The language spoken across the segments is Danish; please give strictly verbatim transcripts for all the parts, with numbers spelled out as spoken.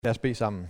Lad os bede sammen.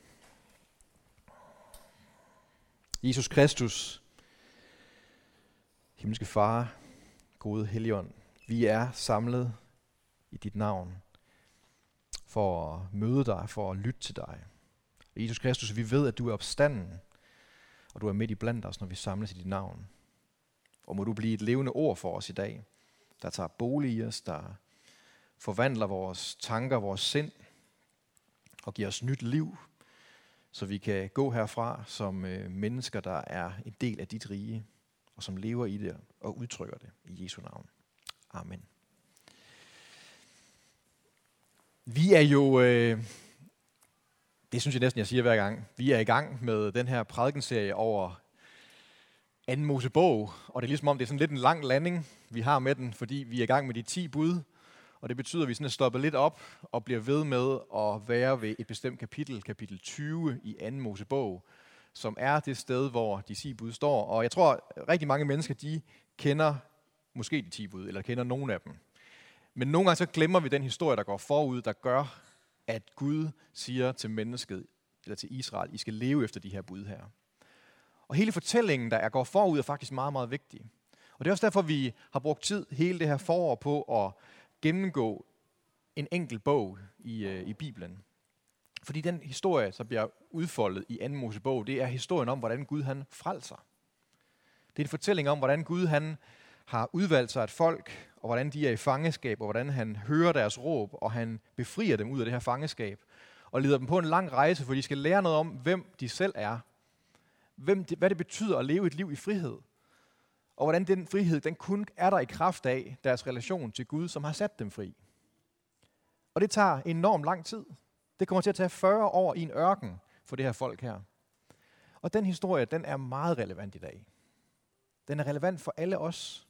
Jesus Kristus, himmelske Far, gode Helligånd, vi er samlet i dit navn for at møde dig, for at lytte til dig. Jesus Kristus, vi ved, at du er opstanden, og du er midt i blandt os, når vi samles i dit navn. Og må du blive et levende ord for os i dag, der tager bolig i os, der forvandler vores tanker, vores sind, og giver os nyt liv, så vi kan gå herfra som øh, mennesker, der er en del af dit rige, og som lever i det og udtrykker det i Jesu navn. Amen. Vi er jo, øh, det synes jeg næsten, jeg siger hver gang, vi er i gang med den her prædikenserie over anden Mosebog, og det er ligesom om, det er sådan lidt en lang landing, vi har med den, fordi vi er i gang med de ti bud. Og det betyder, at vi sådan er stoppet lidt op og bliver ved med at være ved et bestemt kapitel, kapitel tyve i anden Mosebog, som er det sted, hvor de ti bud står. Og jeg tror, at rigtig mange mennesker, de kender måske de ti bud, eller kender nogle af dem. Men nogle gange så glemmer vi den historie, der går forud, der gør, at Gud siger til mennesket, eller til Israel, I skal leve efter de her bud her. Og hele fortællingen, der går forud, er faktisk meget, meget vigtig. Og det er også derfor, vi har brugt tid hele det her forår på at gennemgå en enkelt bog i, øh, i Bibelen. Fordi den historie, der bliver udfoldet i anden Mosebog, det er historien om, hvordan Gud han frelser. Det er en fortælling om, hvordan Gud han har udvalgt sig et folk, og hvordan de er i fangeskab, og hvordan han hører deres råb, og han befrier dem ud af det her fangeskab, og leder dem på en lang rejse, for de skal lære noget om, hvem de selv er. Hvem det, hvad det betyder at leve et liv i frihed. Og hvordan den frihed, den kun er der i kraft af deres relation til Gud, som har sat dem fri. Og det tager enormt lang tid. Det kommer til at tage fyrre år i en ørken for det her folk her. Og den historie, den er meget relevant i dag. Den er relevant for alle os.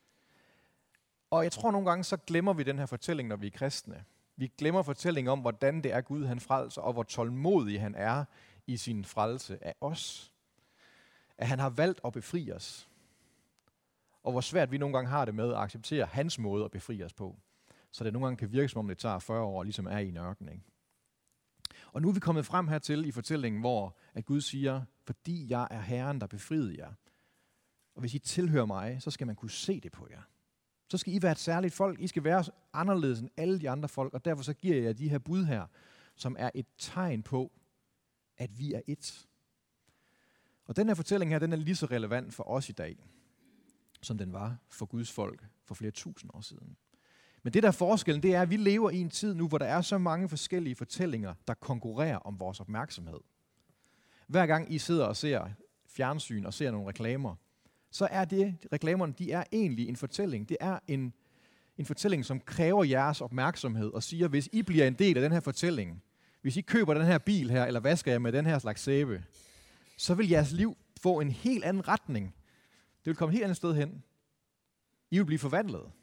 Og jeg tror nogle gange, så glemmer vi den her fortælling, når vi er kristne. Vi glemmer fortællingen om, hvordan det er Gud, han frelser, og hvor tålmodig han er i sin frelse af os. At han har valgt at befri os. Og hvor svært vi nogle gange har det med at acceptere hans måde at befri os på. Så det nogle gange kan virke, som om det tager fyrre år, ligesom er i en ørken. Ikke? Og nu er vi kommet frem hertil i fortællingen, hvor at Gud siger, fordi jeg er Herren, der befriede jer. Og hvis I tilhører mig, så skal man kunne se det på jer. Så skal I være et særligt folk. I skal være anderledes end alle de andre folk. Og derfor så giver jeg jer de her bud her, som er et tegn på, at vi er et. Og den her fortælling her, den er lige så relevant for os i dag, som den var for Guds folk for flere tusind år siden. Men det der er forskellen, det er, at vi lever i en tid nu, hvor der er så mange forskellige fortællinger, der konkurrerer om vores opmærksomhed. Hver gang I sidder og ser fjernsyn og ser nogle reklamer, så er det, reklamerne, de er egentlig en fortælling. Det er en, en fortælling, som kræver jeres opmærksomhed og siger, hvis I bliver en del af den her fortælling, hvis I køber den her bil her, eller vasker jer med den her slags sæbe, så vil jeres liv få en helt anden retning. Det vil komme et helt andet sted hen. I vil blive forvandlet.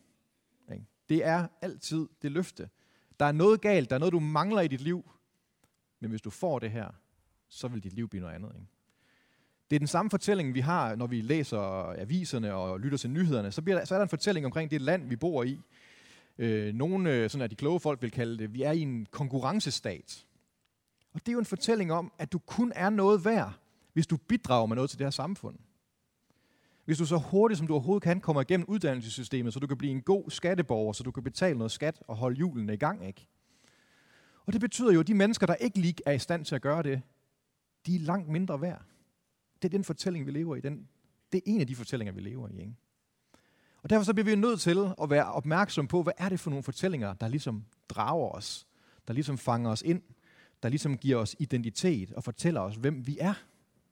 Det er altid det løfte. Der er noget galt, der er noget, du mangler i dit liv. Men hvis du får det her, så vil dit liv blive noget andet. Ikke? Det er den samme fortælling, vi har, når vi læser aviserne og lytter til nyhederne. Så, bliver der, så er der en fortælling omkring det land, vi bor i. Øh, nogle sådan af de kloge folk vil kalde det, vi er i en konkurrencestat. Og det er jo en fortælling om, at du kun er noget værd, hvis du bidrager med noget til det her samfund. Hvis du så hurtigt, som du overhovedet kan, kommer igennem uddannelsessystemet, så du kan blive en god skatteborger, så du kan betale noget skat og holde hjulene i gang, ikke? Og det betyder jo, at de mennesker, der ikke lige er i stand til at gøre det, de er langt mindre værd. Det er den fortælling, vi lever i. Den, det er en af de fortællinger, vi lever i, ikke? Og derfor så bliver vi nødt til at være opmærksom på, hvad er det for nogle fortællinger, der ligesom drager os, der ligesom fanger os ind, der ligesom giver os identitet og fortæller os, hvem vi er.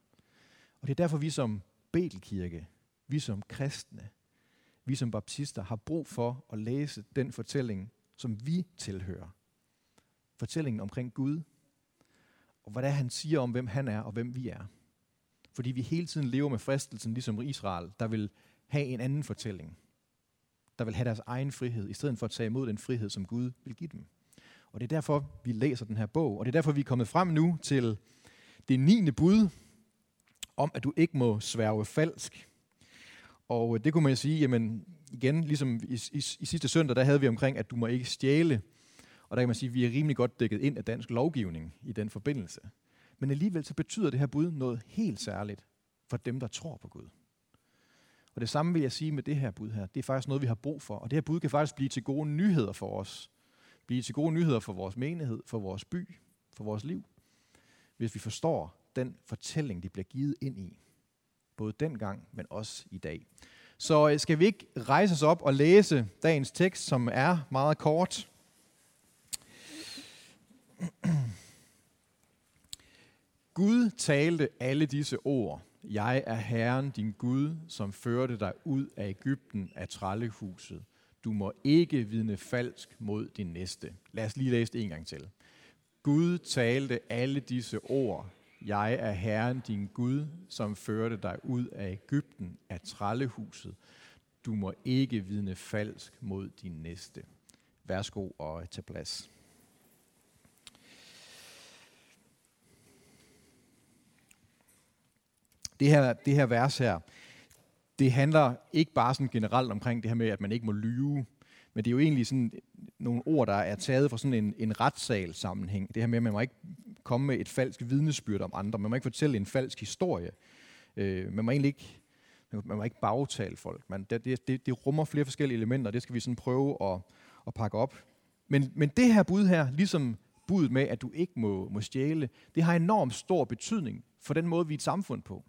Og det er derfor, vi som Betelkirke, vi som kristne, vi som baptister har brug for at læse den fortælling, som vi tilhører. Fortællingen omkring Gud, og hvad det er, han siger om, hvem han er og hvem vi er. Fordi vi hele tiden lever med fristelsen, ligesom Israel, der vil have en anden fortælling. Der vil have deres egen frihed, i stedet for at tage imod den frihed, som Gud vil give dem. Og det er derfor, vi læser den her bog. Og det er derfor, vi er kommet frem nu til det niende bud, om at du ikke må sværge falsk. Og det kunne man sige, jamen igen, ligesom i, i, i sidste søndag, der havde vi omkring, at du må ikke stjæle. Og der kan man sige, at vi er rimelig godt dækket ind af dansk lovgivning i den forbindelse. Men alligevel så betyder det her bud noget helt særligt for dem, der tror på Gud. Og det samme vil jeg sige med det her bud her. Det er faktisk noget, vi har brug for. Og det her bud kan faktisk blive til gode nyheder for os. Blive til gode nyheder for vores menighed, for vores by, for vores liv. Hvis vi forstår den fortælling, de bliver givet ind i. Både dengang, men også i dag. Så skal vi ikke rejse os op og læse dagens tekst, som er meget kort. Gud talte alle disse ord. Jeg er Herren, din Gud, som førte dig ud af Egypten af trællehuset. Du må ikke vidne falsk mod din næste. Lad os lige læse det en gang til. Gud talte alle disse ord. Jeg er Herren, din Gud, som førte dig ud af Egypten af trællehuset. Du må ikke vidne falsk mod din næste. Værsgo og tag plads. Det her, det her vers her, det handler ikke bare sådan generelt omkring det her med, at man ikke må lyve, men det er jo egentlig sådan nogle ord, der er taget fra sådan en, en retssalssammenhæng. Det her med, at man må ikke komme med et falsk vidnesbyrd om andre, man må ikke fortælle en falsk historie, øh, man må egentlig ikke, man må ikke bagtale folk. Man, det, det, det rummer flere forskellige elementer, det skal vi sådan prøve at, at pakke op. Men, men det her bud her, ligesom budet med, at du ikke må, må stjæle, det har enormt stor betydning for den måde, vi er et samfund på.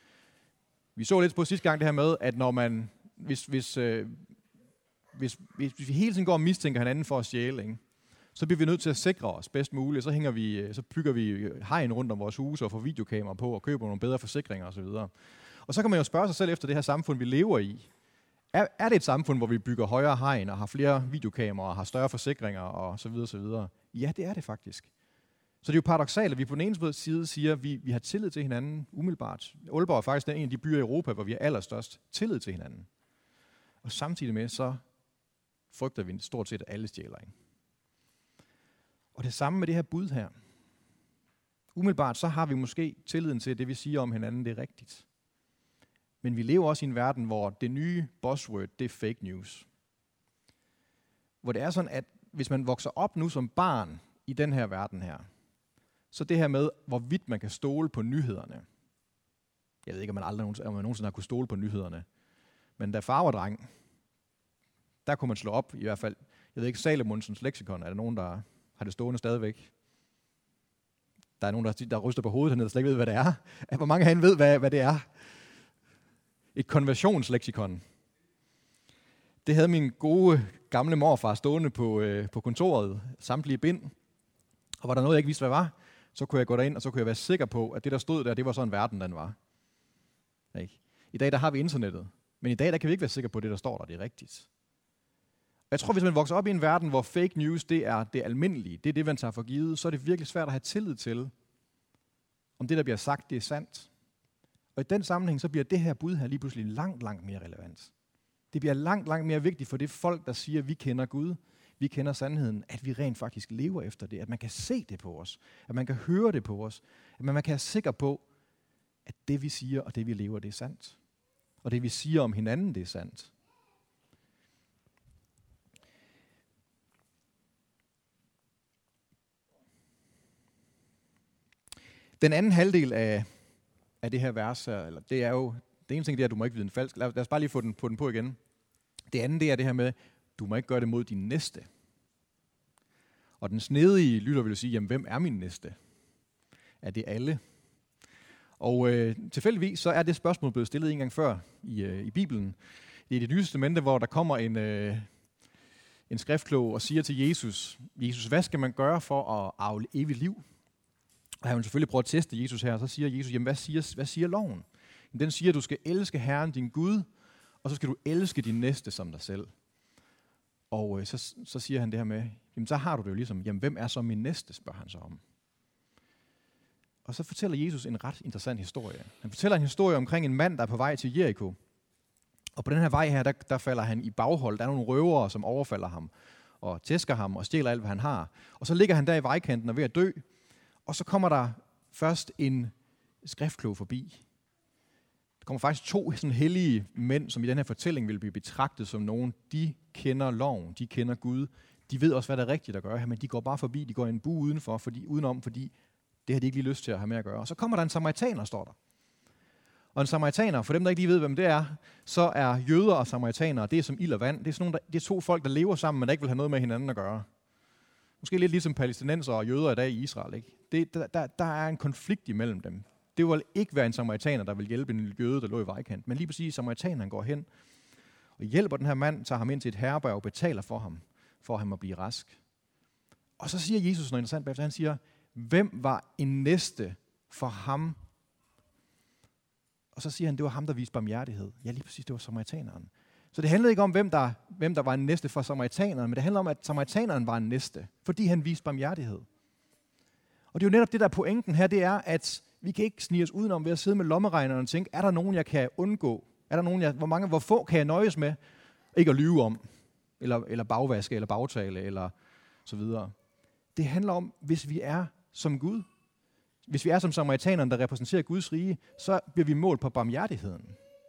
Vi så lidt på sidste gang det her med, at når man, hvis, hvis, øh, hvis, hvis, hvis vi hele tiden går og mistænker hinanden for at stjæle, ikke, så bliver vi nødt til at sikre os bedst muligt. Så, hænger vi, så bygger vi hegn rundt om vores huse og får videokameraer på og køber nogle bedre forsikringer osv. Og så kan man jo spørge sig selv efter det her samfund, vi lever i. Er, er det et samfund, hvor vi bygger højere hegn og har flere videokameraer og har større forsikringer og så videre, så videre? Ja, det er det faktisk. Så det er jo paradoksalt, at vi på den ene side siger, at vi, vi har tillid til hinanden umiddelbart. Aalborg er faktisk en af de byer i Europa, hvor vi har allerstørst tillid til hinanden. Og samtidig med, så frygter vi stort set, at alle stjæler. Ikke? Og det samme med det her bud her. Umiddelbart så har vi måske tilliden til, at det vi siger om hinanden, det er rigtigt. Men vi lever også i en verden, hvor det nye buzzword, det er fake news. Hvor det er sådan, at hvis man vokser op nu som barn i den her verden her, så det her med, hvorvidt man kan stole på nyhederne. Jeg ved ikke, om man aldrig om man nogensinde har kunnet stole på nyhederne. Men da far var dreng, der kunne man slå op i hvert fald. Jeg ved ikke, Salomonsens leksikon, er der nogen, der har det stående stadigvæk? Der er nogen, der, der ryster på hovedet hernede, der slet ikke ved, hvad det er. Hvor mange herinde ved, hvad, hvad det er? Et konversionsleksikon. Det havde min gode gamle morfar stående på, øh, på kontoret, samtlige bind. Og var der noget, jeg ikke vidste, hvad var, så kunne jeg gå derind, og så kunne jeg være sikker på, at det, der stod der, det var sådan verden, den var. Ikke? I dag, der har vi internettet. Men i dag, der kan vi ikke være sikre på, at det, der står der, det er rigtigt. Og jeg tror, hvis man vokser op i en verden, hvor fake news, det er det almindelige, det er det, man tager for givet, så er det virkelig svært at have tillid til, om det, der bliver sagt, det er sandt. Og i den sammenhæng, så bliver det her bud her lige pludselig langt, langt mere relevant. Det bliver langt, langt mere vigtigt for det folk, der siger, at vi kender Gud, vi kender sandheden, at vi rent faktisk lever efter det, at man kan se det på os, at man kan høre det på os, at man kan være sikker på, at det vi siger og det vi lever, det er sandt. Og det vi siger om hinanden, det er sandt. Den anden halvdel af, af det her vers her, eller det er jo, det ene ting det er, at du må ikke vide en falsk. Lad, lad os bare lige få den, få den på igen. Det andet det er det her med, du må ikke gøre det mod din næste. Og den snedige lytter vil sige, jamen hvem er min næste? Er det alle? Og øh, tilfældigvis så er det spørgsmål blevet stillet en gang før i, øh, i Bibelen. Det er det nye testamente, hvor der kommer en, øh, en skriftklog og siger til Jesus, Jesus, hvad skal man gøre for at arve evigt liv? Og han vil selvfølgelig prøve at teste Jesus her, og så siger Jesus, jamen hvad siger, hvad siger loven? Jamen, den siger, at du skal elske Herren din Gud, og så skal du elske din næste som dig selv. Og øh, så, så siger han det her med, jamen så har du det jo ligesom, jamen hvem er så min næste, spørger han så om. Og så fortæller Jesus en ret interessant historie. Han fortæller en historie omkring en mand, der er på vej til Jericho. Og på den her vej her, der, der falder han i baghold. Der er nogle røvere, som overfalder ham og tæsker ham og stjæler alt, hvad han har. Og så ligger han der i vejkanten og ved at dø. Og så kommer der først en skriftklog forbi. Der kommer faktisk to sådan hellige mænd, som i den her fortælling vil blive betragtet som nogen, de kender loven, de kender Gud, De ved også, hvad der er rigtigt at gøre her, men de går bare forbi, de går i en bue udenfor, fordi, udenom, fordi det har de ikke lige lyst til at have med at gøre. Og så kommer der en samaritaner, står der. Og en samaritaner, for dem, der ikke lige ved, hvem det er, så er jøder og samaritanere, det er som ild og vand. Det er, sådan nogle, der, det er to folk, der lever sammen, men der ikke vil have noget med hinanden at gøre. Måske lidt ligesom palæstinenser og jøder i dag i Israel. Ikke? Det, der, der, der er en konflikt imellem dem. Det vil ikke være en samaritaner, der vil hjælpe en jøde, der lå i vejkant. Men lige præcis samaritaneren går hen og hjælper den her mand, tager ham ind til et herberg og betaler for ham, for at han må blive rask. Og så siger Jesus noget interessant bagefter. Han siger, hvem var en næste for ham? Og så siger han, det var ham, der viste barmhjertighed. Ja, lige præcis, det var samaritaneren. Så det handlede ikke om, hvem der, hvem der var en næste for samaritaneren, men det handlede om, at samaritaneren var en næste, fordi han viste barmhjertighed. Og det er jo netop det, der er pointen her, det er, at vi kan ikke snige os udenom ved at sidde med lommeregneren og tænke, er der nogen, jeg kan undgå? Er der nogen, jeg, hvor mange, hvor få kan jeg nøjes med ikke at lyve om? Eller, eller bagvaske, eller bagtale, eller så videre. Det handler om, hvis vi er som Gud, hvis vi er som samaritaneren, der repræsenterer Guds rige, så bliver vi målt på barmhjertigheden.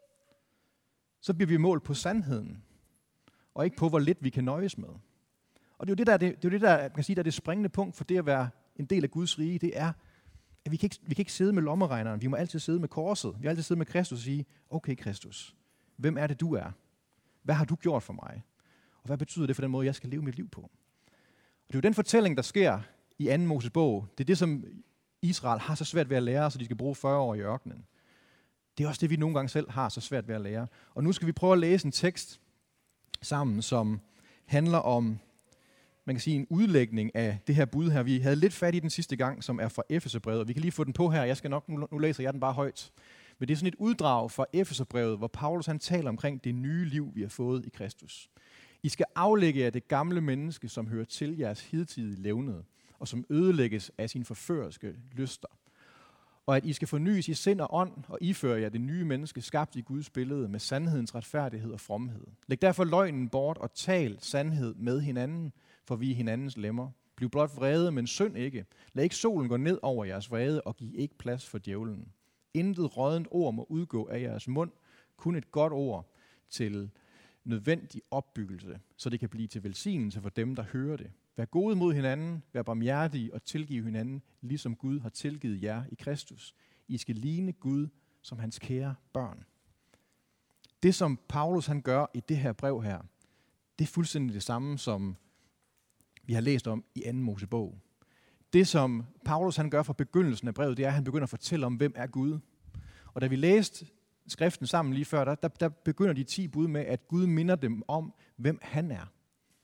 Så bliver vi målt på sandheden, og ikke på, hvor lidt vi kan nøjes med. Og det er jo det, der, det, det, er det, der kan sige, der er det springende punkt for det at være en del af Guds rige, det er, at vi kan ikke, vi kan ikke sidde med lommeregneren, vi må altid sidde med korset, vi må altid sidde med Kristus og sige, okay Kristus, hvem er det du er? Hvad har du gjort for mig? Og hvad betyder det for den måde, jeg skal leve mit liv på? Og det er jo den fortælling, der sker i anden Mosebog. Det er det, som Israel har så svært ved at lære, så de skal bruge fyrre år i ørkenen. Det er også det, vi nogle gange selv har så svært ved at lære. Og nu skal vi prøve at læse en tekst sammen, som handler om, man kan sige, en udlægning af det her bud her. Vi havde lidt fat i den sidste gang, som er fra Efeserbrevet, og vi kan lige få den på her. Jeg skal nok, nu læser jeg den bare højt. Men det er sådan et uddrag fra Efeserbrevet, hvor Paulus han taler omkring det nye liv, vi har fået i Kristus. I skal aflægge jer det gamle menneske, som hører til jeres hidtidige levnede, og som ødelægges af sine forførerske lyster. Og at I skal fornyes i sind og ånd, og iføre jer det nye menneske, skabt i Guds billede, med sandhedens retfærdighed og fromhed. Læg derfor løgnen bort og tal sandhed med hinanden, for vi er hinandens lemmer. Bliv blot vrede, men synd ikke. Lad ikke solen gå ned over jeres vrede, og giv ikke plads for djævlen. Intet råddent ord må udgå af jeres mund, kun et godt ord til nødvendig opbyggelse, så det kan blive til velsignelse for dem, der hører det. Vær gode mod hinanden, vær barmhjertige og tilgive hinanden, ligesom Gud har tilgivet jer i Kristus. I skal ligne Gud som hans kære børn. Det, som Paulus han gør i det her brev her, det er fuldstændig det samme, som vi har læst om i anden Mosebog. Det, som Paulus han gør fra begyndelsen af brevet, det er, at han begynder at fortælle om, hvem er Gud. Og da vi læste skriften sammen lige før, der, der, der begynder de ti bud med, at Gud minder dem om, hvem han er.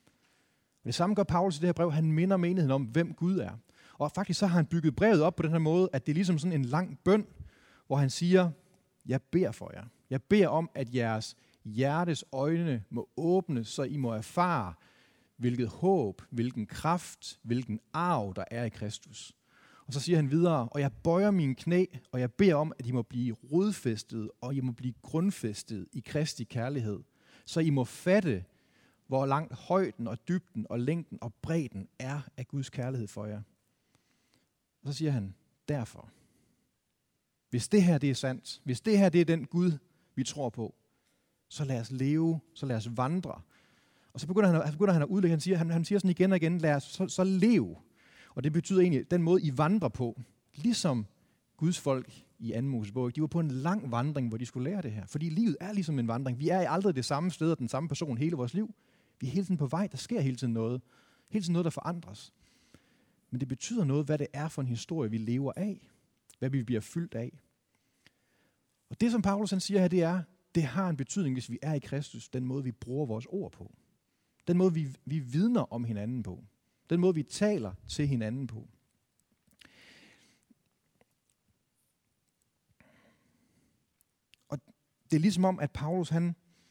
Det samme gør Paulus i det her brev. Han minder menigheden om, hvem Gud er. Og faktisk så har han bygget brevet op på den her måde, at det er ligesom sådan en lang bøn, hvor han siger, jeg beder for jer. Jeg beder om, at jeres hjertes øjne må åbnes, så I må erfare, hvilket håb, hvilken kraft, hvilken arv, der er i Kristus. Og så siger han videre, og jeg bøjer mine knæ, og jeg beder om, at I må blive rodfæstet, og I må blive grundfæstet i Kristi kærlighed, så I må fatte, hvor langt højden og dybden og længden og bredden er af Guds kærlighed for jer. Og så siger han, derfor, hvis det her det er sandt, hvis det her det er den Gud, vi tror på, så lad os leve, så lad os vandre. Og så begynder han, så begynder han at udlægge, han siger, han, han siger sådan igen og igen, lad os så, så leve. Og det betyder egentlig, den måde I vandrer på, ligesom Guds folk i anden Mosebog, de var på en lang vandring, hvor de skulle lære det her. Fordi livet er ligesom en vandring. Vi er aldrig det samme sted og den samme person hele vores liv. Vi er hele tiden på vej, der sker hele tiden noget. Hele tiden noget, der forandres. Men det betyder noget, hvad det er for en historie, vi lever af. Hvad vi bliver fyldt af. Og det, som Paulus han siger her, det er, det har en betydning, hvis vi er i Kristus, den måde, vi bruger vores ord på. Den måde, vi, vi vidner om hinanden på. Den måde, vi taler til hinanden på. Og det er ligesom om, at Paulus, han,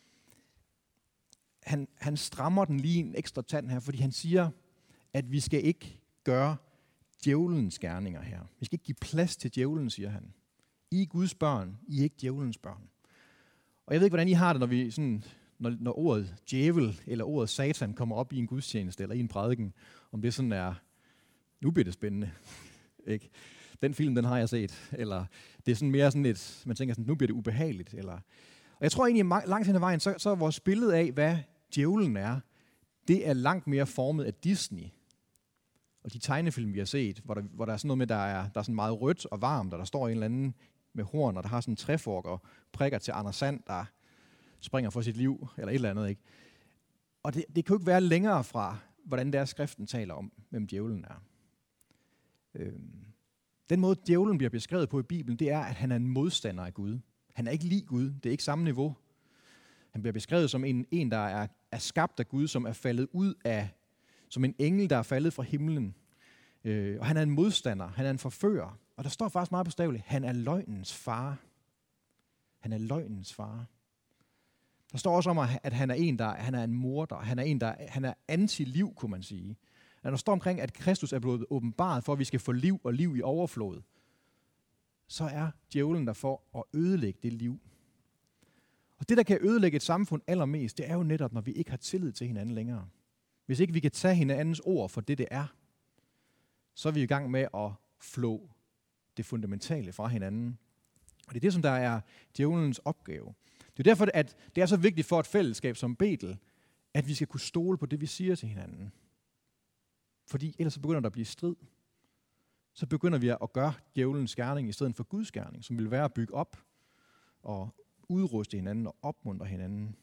han, han strammer den lige en ekstra tand her, fordi han siger, at vi skal ikke gøre djævelens gerninger her. Vi skal ikke give plads til djævelen, siger han. I er Guds børn, I er ikke djævelens børn. Og jeg ved ikke, hvordan I har det, når, vi sådan, når, når ordet djævel eller ordet satan kommer op i en gudstjeneste eller i en prædiken, om det sådan er, nu bliver det spændende. Ikke? Den film, den har jeg set. Eller det er sådan mere sådan et, man tænker sådan, nu bliver det ubehageligt. Eller. Og jeg tror egentlig, langt hen ad vejen, så, så er vores billede af, hvad djævelen er, det er langt mere formet af Disney. Og de tegnefilm, vi har set, hvor der, hvor der er sådan noget med, der er, der er sådan meget rødt og varmt, og der står en eller anden med horn, og der har sådan en træfork og prikker til Anders Sand, der springer for sit liv, eller et eller andet, ikke? Og det, det kan jo ikke være længere fra, hvordan der skriften taler om, hvem djævlen er. Øhm. Den måde, djævlen bliver beskrevet på i Bibelen, det er, at han er en modstander af Gud. Han er ikke lig Gud. Det er ikke samme niveau. Han bliver beskrevet som en, en der er, er skabt af Gud, som er faldet ud af, som en engel, der er faldet fra himlen. Øh, og han er en modstander. Han er en forfører. Og der står faktisk meget bogstaveligt, han er løgnens far. Han er løgnens far. Der står også om, at han er en, der han er en morder. Han er en, der han er anti-liv, kunne man sige. Når der står omkring, at Kristus er blevet åbenbaret for, at vi skal få liv og liv i overflod, så er djævlen der for at ødelægge det liv. Og det, der kan ødelægge et samfund allermest, det er jo netop, når vi ikke har tillid til hinanden længere. Hvis ikke vi kan tage hinandens ord for det, det er, så er vi i gang med at flå det fundamentale fra hinanden. Og det er det, som der er djævelens opgave. Det er derfor, at det er så vigtigt for et fællesskab som Betel, at vi skal kunne stole på det, vi siger til hinanden. Fordi ellers så begynder der at blive strid. Så begynder vi at gøre djævelens gerning i stedet for Guds gerning, som vil være at bygge op og udruste hinanden og opmuntre hinanden.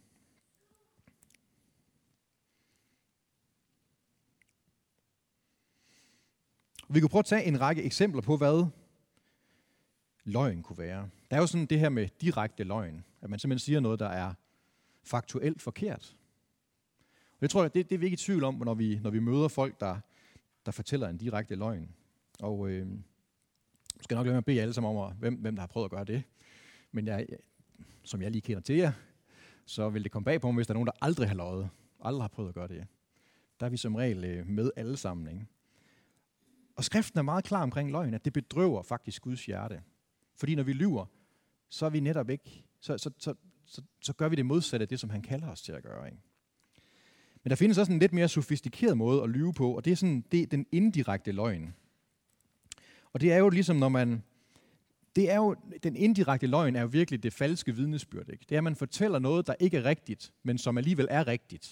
Vi kan prøve at tage en række eksempler på, hvad løgn kunne være. Der er jo sådan det her med direkte løgn, at man simpelthen siger noget, der er faktuelt forkert. Og det tror jeg, det, det er vi ikke i tvivl om, når vi, når vi møder folk, der, der fortæller en direkte løgn. Og øh, jeg skal nok lade mig at bede alle sammen om, hvem, hvem der har prøvet at gøre det. Men jeg, som jeg lige kender til jer, så vil det komme bag på mig, hvis der er nogen, der aldrig har løjet, aldrig har prøvet at gøre det. Der er vi som regel med alle sammen, ikke? Og skriften er meget klar omkring løgn, at det bedrøver faktisk Guds hjerte. Fordi når vi lyver, så er vi netop ikke, så, så, så, så, så gør vi det modsatte af det, som han kalder os til at gøre, ikke? Men der findes også en lidt mere sofistikeret måde at lyve på, og det er sådan, det er den indirekte løgn. Og det er jo ligesom, når man, det er jo, den indirekte løgn er jo virkelig det falske vidnesbyrd, ikke? Det er, at man fortæller noget, der ikke er rigtigt, men som alligevel er rigtigt.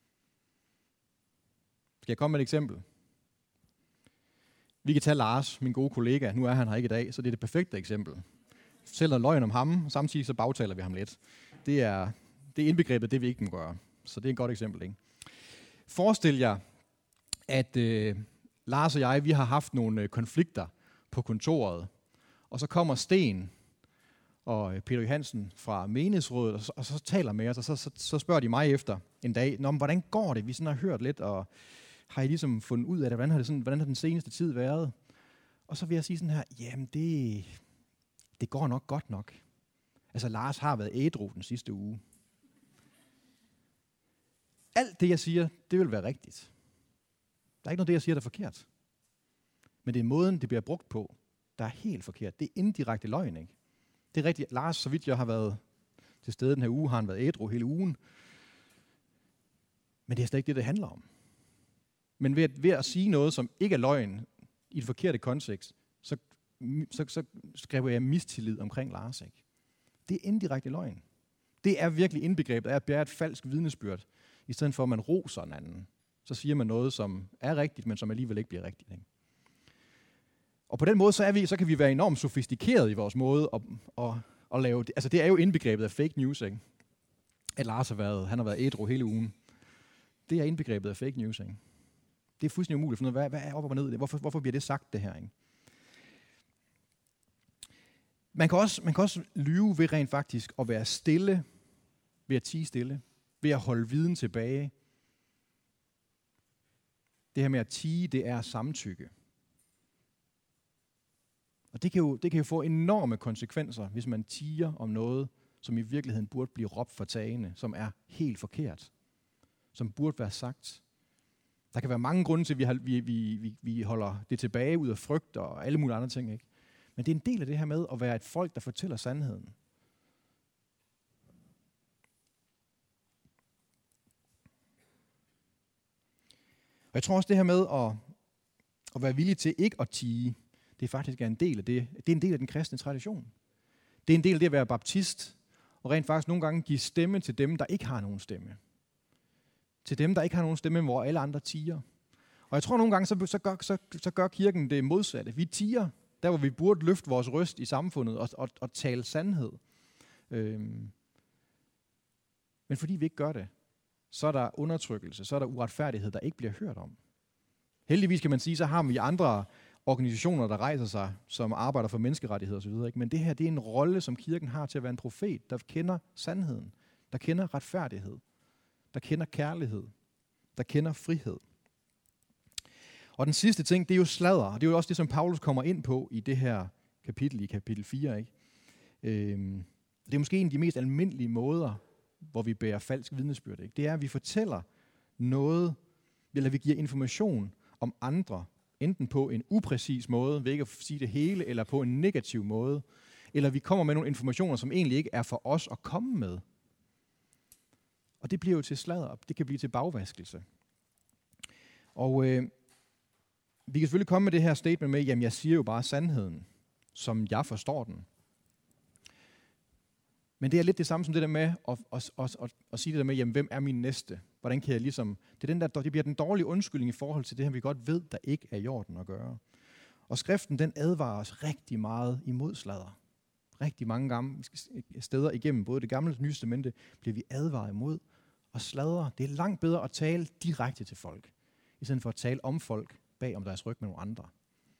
Skal jeg komme med et eksempel? Vi kan tage Lars, min gode kollega. Nu er han her ikke i dag, så det er det perfekte eksempel. Jeg fortæller løgn om ham, og samtidig så bagtaler vi ham lidt. Det er, det er indbegrebet, det vi ikke må gøre. Så det er et godt eksempel, ikke? Forestil jer, at øh, Lars og jeg, vi har haft nogle øh, konflikter på kontoret, og så kommer Sten og Peter Johansen fra menighedsrådet, og så, og så taler med os, og så, så, så spørger de mig efter en dag, Nå, men hvordan går det? Vi sådan har hørt lidt, og har I ligesom fundet ud af det? Hvordan har, det sådan, hvordan har den seneste tid været? Og så vil jeg sige sådan her, jamen det, det går nok godt nok. Altså Lars har været ædru den sidste uge. Alt det, jeg siger, det vil være rigtigt. Der er ikke noget, det jeg siger, der er forkert. Men det er måden, det bliver brugt på, der er helt forkert. Det er indirekte løgn, ikke? Det er rigtigt. Lars, så vidt jeg har været til stede den her uge, har han været ædru hele ugen. Men det er slet ikke det, det handler om. Men ved at, ved at sige noget, som ikke er løgn, i et forkerte kontekst, så, så, så skriver jeg mistillid omkring Lars, ikke? Det er indirekte løgn. Det er virkelig indbegrebet af at bære et falsk vidnesbyrd, i stedet for at man roser en anden. Så siger man noget, som er rigtigt, men som alligevel ikke bliver rigtigt, ikke? Og på den måde, så, er vi, så kan vi være enormt sofistikeret i vores måde at, at, at lave det. Altså det er jo indbegrebet af fake news, ikke? At Lars har været, han har været ædru hele ugen. Det er indbegrebet af fake news, ikke? Det er fuldstændig umuligt at finde ud af, hvad, hvad er op og ned i det? Hvorfor, hvorfor bliver det sagt, det her, ikke? Man kan, også, man kan også lyve ved rent faktisk at være stille, ved at tie stille, ved at holde viden tilbage. Det her med at tie, det er samtykke. Og det kan, jo, det kan jo få enorme konsekvenser, hvis man tier om noget, som i virkeligheden burde blive råbt for tagene, som er helt forkert, som burde være sagt. Der kan være mange grunde til, at vi, har, vi, vi, vi holder det tilbage ud af frygt og alle mulige andre ting, ikke? Men det er en del af det her med at være et folk, der fortæller sandheden. Og jeg tror også, det her med at, at være villig til ikke at tie, det er faktisk en del af det. Det er en del af den kristne tradition. Det er en del af det at være baptist, og rent faktisk nogle gange give stemme til dem, der ikke har nogen stemme. til dem, der ikke har nogen stemme, hvor alle andre tiger. Og jeg tror nogle gange, så, så, gør, så, så gør kirken det modsatte. Vi tiger, der hvor vi burde løfte vores røst i samfundet og, og, og tale sandhed. Øhm. Men fordi vi ikke gør det, så er der undertrykkelse, så er der uretfærdighed, der ikke bliver hørt om. Heldigvis kan man sige, så har vi andre organisationer, der rejser sig, som arbejder for menneskerettigheder osv. Men det her, det er en rolle, som kirken har til at være en profet, der kender sandheden, der kender retfærdighed, der kender kærlighed, der kender frihed. Og den sidste ting, det er jo sladder, og det er jo også det, som Paulus kommer ind på i det her kapitel, i kapitel fire. Ikke? Øhm, det er måske en af de mest almindelige måder, hvor vi bærer falsk vidnesbyrd. Ikke? Det er, at vi fortæller noget, eller vi giver information om andre, enten på en upræcis måde, ved ikke at sige det hele, eller på en negativ måde, eller vi kommer med nogle informationer, som egentlig ikke er for os at komme med. Og det bliver jo til sladder, det kan blive til bagvaskelse. Og øh, vi kan selvfølgelig komme med det her statement med, jamen jeg siger jo bare sandheden, som jeg forstår den. Men det er lidt det samme som det der med at, at, at, at, at sige det der med, jamen hvem er min næste? Hvordan kan jeg ligesom... Det, er den der, det bliver den dårlige undskyldning i forhold til det her, vi godt ved, der ikke er i orden at gøre. Og skriften, den advarer os rigtig meget imod sladder. Rigtig mange gamle steder igennem, både det gamle og det nye testamente, bliver vi advaret imod. Og sladder, det er langt bedre at tale direkte til folk, i stedet for at tale om folk bag om deres ryg med nogle andre.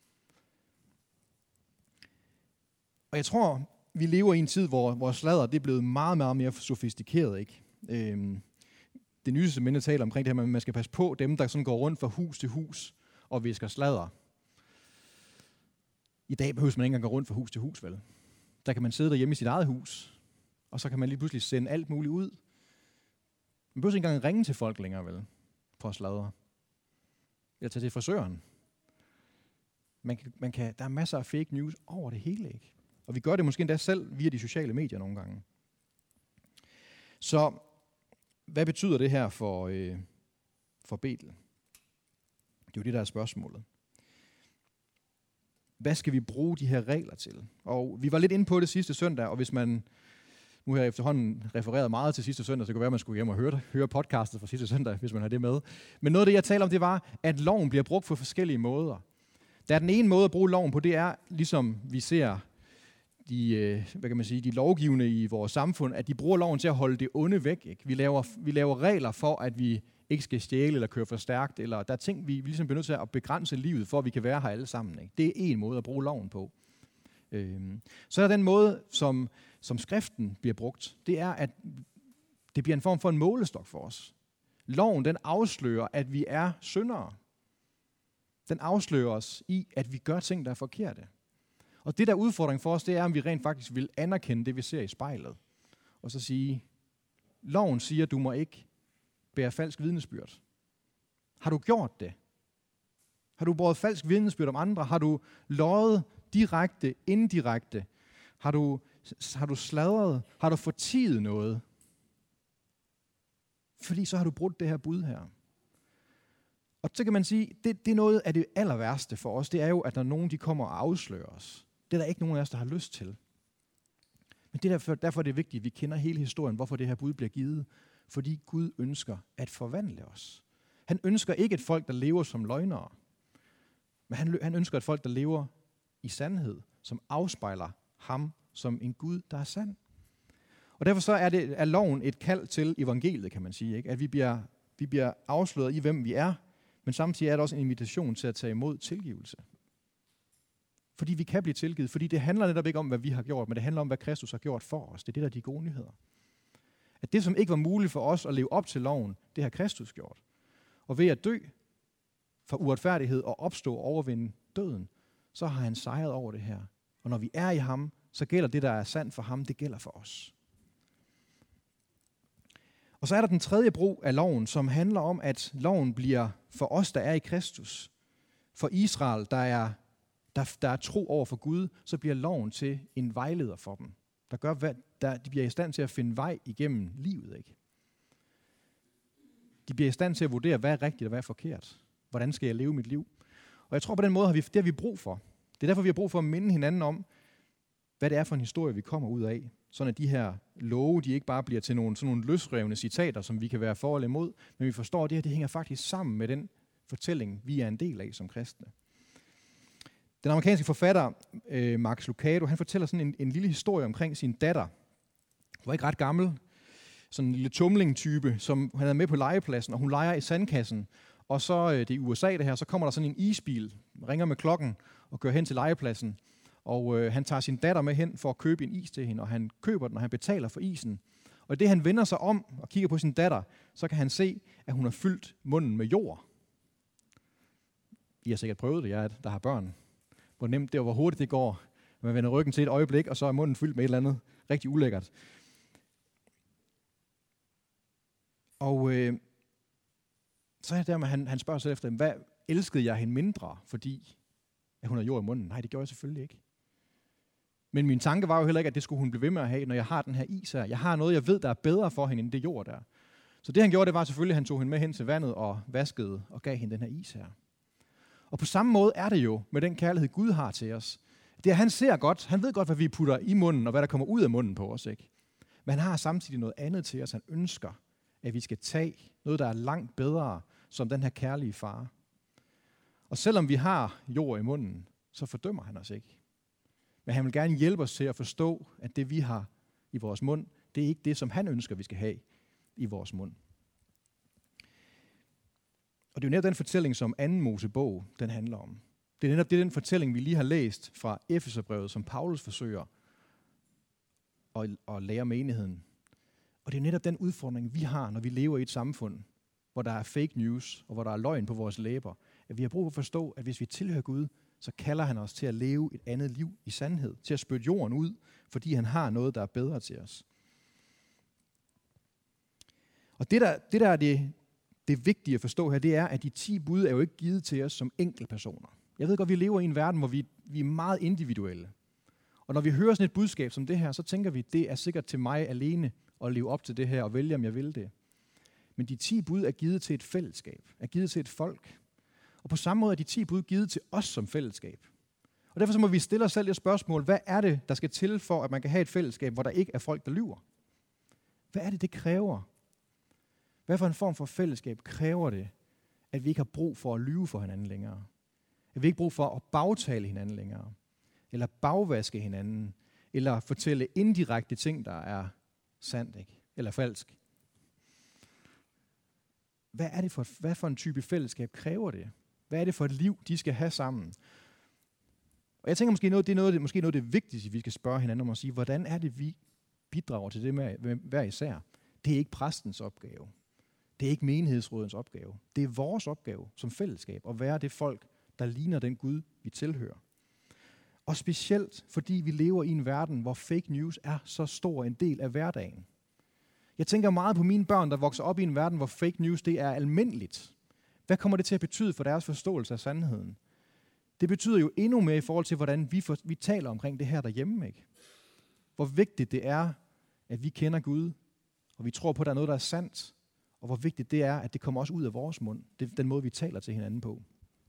Og jeg tror, vi lever i en tid, hvor, hvor sladder det er blevet meget, meget mere sofistikeret. Ikke? Øhm, det nye testamente taler omkring det her, at man skal passe på dem, der sådan går rundt fra hus til hus og visker sladder. I dag behøver man ikke engang gå rundt fra hus til hus, vel? Der kan man sidde derhjemme i sit eget hus, og så kan man lige pludselig sende alt muligt ud. Man behøver ikke engang ringe til folk længere, vel? For at sladre. Eller tage til frisøren. Man kan, man kan, der er masser af fake news over det hele, ikke? Og vi gør det måske endda selv via de sociale medier nogle gange. Så hvad betyder det her for, øh, for Betel? Det er jo det, der er spørgsmålet. Hvad skal vi bruge de her regler til? Og vi var lidt inde på det sidste søndag, og hvis man nu har jeg efterhånden refereret meget til sidste søndag, så det kunne være, at man skulle hjem og høre, høre podcastet fra sidste søndag, hvis man har det med. Men noget af det, jeg taler om, det var, at loven bliver brugt på forskellige måder. Der er den ene måde at bruge loven på, det er, ligesom vi ser de, hvad kan man sige, de lovgivende i vores samfund, at de bruger loven til at holde det onde væk. Ikke? Vi, laver, vi laver regler for, at vi ikke skal stjæle eller køre for stærkt, eller der er ting, vi, vi ligesom bliver nødt til at begrænse livet, for at vi kan være her alle sammen. Ikke? Det er en måde at bruge loven på. Øhm. Så er der den måde, som, som skriften bliver brugt. Det er, at det bliver en form for en målestok for os. Loven, den afslører, at vi er syndere. Den afslører os i, at vi gør ting, der er forkerte. Og det der udfordring for os, det er, om vi rent faktisk vil anerkende det, vi ser i spejlet. Og så sige, loven siger, at du må ikke bære falsk vidnesbyrd. Har du gjort det? Har du båret falsk vidnesbyrd om andre? Har du løjet direkte, indirekte? Har du, har du sladret? Har du fortiet noget? Fordi så har du brudt det her bud her. Og så kan man sige, det, det er noget af det aller værste for os, det er jo, at når nogen de kommer og afslører os. Det er der ikke nogen af os, der har lyst til. Men det er derfor, derfor er det vigtigt, at vi kender hele historien, hvorfor det her bud bliver givet. Fordi Gud ønsker at forvandle os. Han ønsker ikke et folk, der lever som løgnere. Men han, han ønsker et folk, der lever i sandhed, som afspejler ham som en Gud, der er sand. Og derfor så er, det, er loven et kald til evangeliet, kan man sige. Ikke? At vi bliver, vi bliver afsløret i, hvem vi er, men samtidig er det også en invitation til at tage imod tilgivelse. Fordi vi kan blive tilgivet, fordi det handler netop ikke om, hvad vi har gjort, men det handler om, hvad Kristus har gjort for os. Det er det, der er de gode nyheder. At det, som ikke var muligt for os at leve op til loven, det har Kristus gjort. Og ved at dø for uretfærdighed og opstå og overvinde døden, så har han sejret over det her. Og når vi er i ham, så gælder det, der er sandt for ham, det gælder for os. Og så er der den tredje brug af loven, som handler om, at loven bliver for os, der er i Kristus. For Israel, der er, der, der er tro over for Gud, så bliver loven til en vejleder for dem. Der gør, hvad, der, de bliver i stand til at finde vej igennem livet. Ikke? De bliver i stand til at vurdere, hvad er rigtigt og hvad er forkert. Hvordan skal jeg leve mit liv? Og jeg tror, på den måde har vi, det har vi brug for. Det er derfor, vi har brug for at minde hinanden om, hvad det er for en historie, vi kommer ud af. Sådan at de her love, de ikke bare bliver til nogle, sådan nogle løsrevne citater, som vi kan være for eller imod, men vi forstår, at det her det hænger faktisk sammen med den fortælling, vi er en del af som kristne. Den amerikanske forfatter, øh, Max Lucado, han fortæller sådan en, en lille historie omkring sin datter. Hun var ikke ret gammel, sådan en lille tumling-type, som han er med på legepladsen, og hun leger i sandkassen. Og så, øh, det er i U S A det her, så kommer der sådan en isbil, ringer med klokken og kører hen til legepladsen. Og øh, han tager sin datter med hen for at købe en is til hende, og han køber den, og han betaler for isen. Og i det han vender sig om og kigger på sin datter, så kan han se, at hun har fyldt munden med jord. I har sikkert prøvet det, jeg der har børn. Hvor nemt det og hvor hurtigt det går. Man vender ryggen til et øjeblik, og så er munden fyldt med et eller andet rigtig ulækkert. Og øh, så er det der med, han, han spørger sig efter, hvad elskede jeg hende mindre, fordi at hun har jord i munden? Nej, det gjorde jeg selvfølgelig ikke. Men min tanke var jo heller ikke, at det skulle hun blive ved med at have, når jeg har den her is her. Jeg har noget, jeg ved, der er bedre for hende, end det jord der. Så det han gjorde, det var selvfølgelig, at han tog hende med hen til vandet og vaskede og gav hende den her is her. Og på samme måde er det jo med den kærlighed, Gud har til os. Det er, han ser godt, han ved godt, hvad vi putter i munden, og hvad der kommer ud af munden på os, ikke? Men han har samtidig noget andet til os. Han ønsker, at vi skal tage noget, der er langt bedre, som den her kærlige far. Og selvom vi har jord i munden, så fordømmer han os ikke. Men han vil gerne hjælpe os til at forstå, at det vi har i vores mund, det er ikke det, som han ønsker, vi skal have i vores mund. Og det er jo netop den fortælling, som anden Mosebog, den handler om. Det er netop det, den fortælling, vi lige har læst fra Efeserbrevet, som Paulus forsøger at, at lære menigheden. Og det er netop den udfordring, vi har, når vi lever i et samfund, hvor der er fake news, og hvor der er løgn på vores læber. At vi har brug for at forstå, at hvis vi tilhører Gud, så kalder han os til at leve et andet liv i sandhed. Til at spytte jorden ud, fordi han har noget, der er bedre til os. Og det, der, det der er det, det vigtige at forstå her, det er, at de ti bud er jo ikke givet til os som enkeltpersoner. Jeg ved godt, vi lever i en verden, hvor vi, vi er meget individuelle. Og når vi hører sådan et budskab som det her, så tænker vi, det er sikkert til mig alene at leve op til det her og vælge, om jeg vil det. Men de ti bud er givet til et fællesskab, er givet til et folk. Og på samme måde er de ti bud givet til os som fællesskab. Og derfor så må vi stille os selv et spørgsmål. Hvad er det, der skal til for, at man kan have et fællesskab, hvor der ikke er folk, der lyver? Hvad er det, det kræver? Hvad for en form for fællesskab kræver det, at vi ikke har brug for at lyve for hinanden længere? At vi ikke har brug for at bagtale hinanden længere? Eller bagvaske hinanden? Eller fortælle indirekte ting, der er sandt, ikke? Eller falsk? Hvad er det for, hvad for en type fællesskab kræver det? Hvad er det for et liv, de skal have sammen? Og jeg tænker måske, noget, det er noget, det, måske noget af det vigtigste, vi skal spørge hinanden om at sige, hvordan er det, vi bidrager til det med hver især? Det er ikke præstens opgave. Det er ikke menighedsrådens opgave. Det er vores opgave som fællesskab at være det folk, der ligner den Gud, vi tilhører. Og specielt fordi vi lever i en verden, hvor fake news er så stor en del af hverdagen. Jeg tænker meget på mine børn, der vokser op i en verden, hvor fake news det er almindeligt. Hvad kommer det til at betyde for deres forståelse af sandheden? Det betyder jo endnu mere i forhold til, hvordan vi, for, vi taler omkring det her derhjemme, ikke? Hvor vigtigt det er, at vi kender Gud, og vi tror på, at der er noget, der er sandt, og hvor vigtigt det er, at det kommer også ud af vores mund. Det er den måde, vi taler til hinanden på.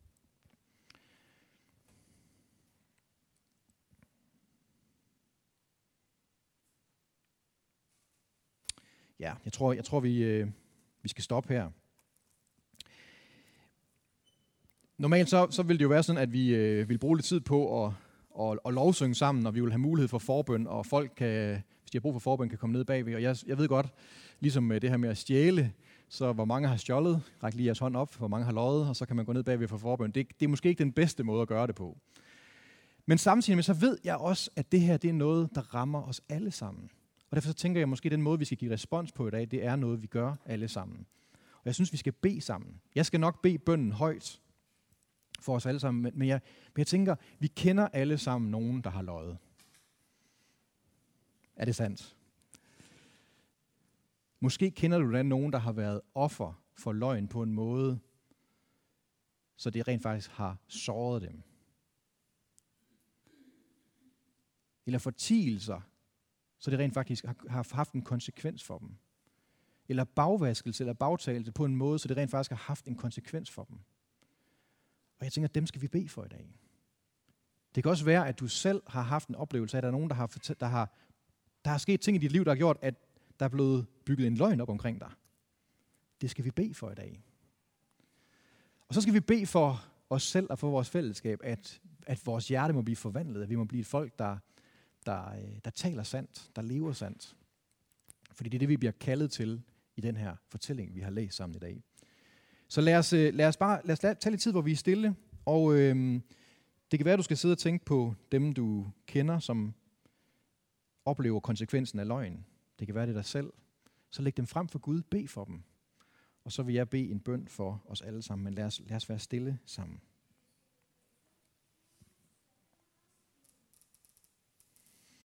Ja, jeg tror, jeg tror vi, øh, vi skal stoppe her. Normalt så, så vil det jo være sådan, at vi øh, vil bruge lidt tid på at, at, at lovsynge sammen, og vi vil have mulighed for forbøn, og folk, kan, hvis de har brug for forbøn, kan komme ned bagved. Og jeg, jeg ved godt, ligesom med det her med at stjæle, så hvor mange har stjålet, ræk lige jeres hånd op, hvor mange har løjet, og så kan man gå ned bagved for forbøn. Det, det er måske ikke den bedste måde at gøre det på. Men samtidig med, så ved jeg også, at det her det er noget, der rammer os alle sammen. Og derfor så tænker jeg måske, at den måde, vi skal give respons på i dag, det er noget, vi gør alle sammen. Og jeg synes, vi skal bede sammen. Jeg skal nok bede bønnen højt for os alle sammen, men jeg, men jeg tænker, vi kender alle sammen nogen, der har løjet. Er det sandt? Måske kender du da nogen, der har været offer for løgn på en måde, så det rent faktisk har såret dem. Eller fortielser, så det rent faktisk har haft en konsekvens for dem. Eller bagvaskelse eller bagtagelse på en måde, så det rent faktisk har haft en konsekvens for dem. Og jeg tænker, at dem skal vi bede for i dag. Det kan også være, at du selv har haft en oplevelse af, at der er nogen, der har, fortalt, der har, der har sket ting i dit liv, der har gjort, at der er blevet bygget en løgn op omkring dig. Det skal vi bede for i dag. Og så skal vi bede for os selv og for vores fællesskab, at, at vores hjerte må blive forvandlet, at vi må blive et folk, der, der, der taler sandt, der lever sandt. Fordi det er det, vi bliver kaldet til i den her fortælling, vi har læst sammen i dag. Så lad os, lad os bare lad os tage lidt tid, hvor vi er stille, og øhm, det kan være, at du skal sidde og tænke på dem, du kender, som oplever konsekvensen af løgn. Det kan være, det dig selv. Så læg dem frem for Gud, bed for dem. Og så vil jeg bede en bøn for os alle sammen, men lad os, lad os være stille sammen.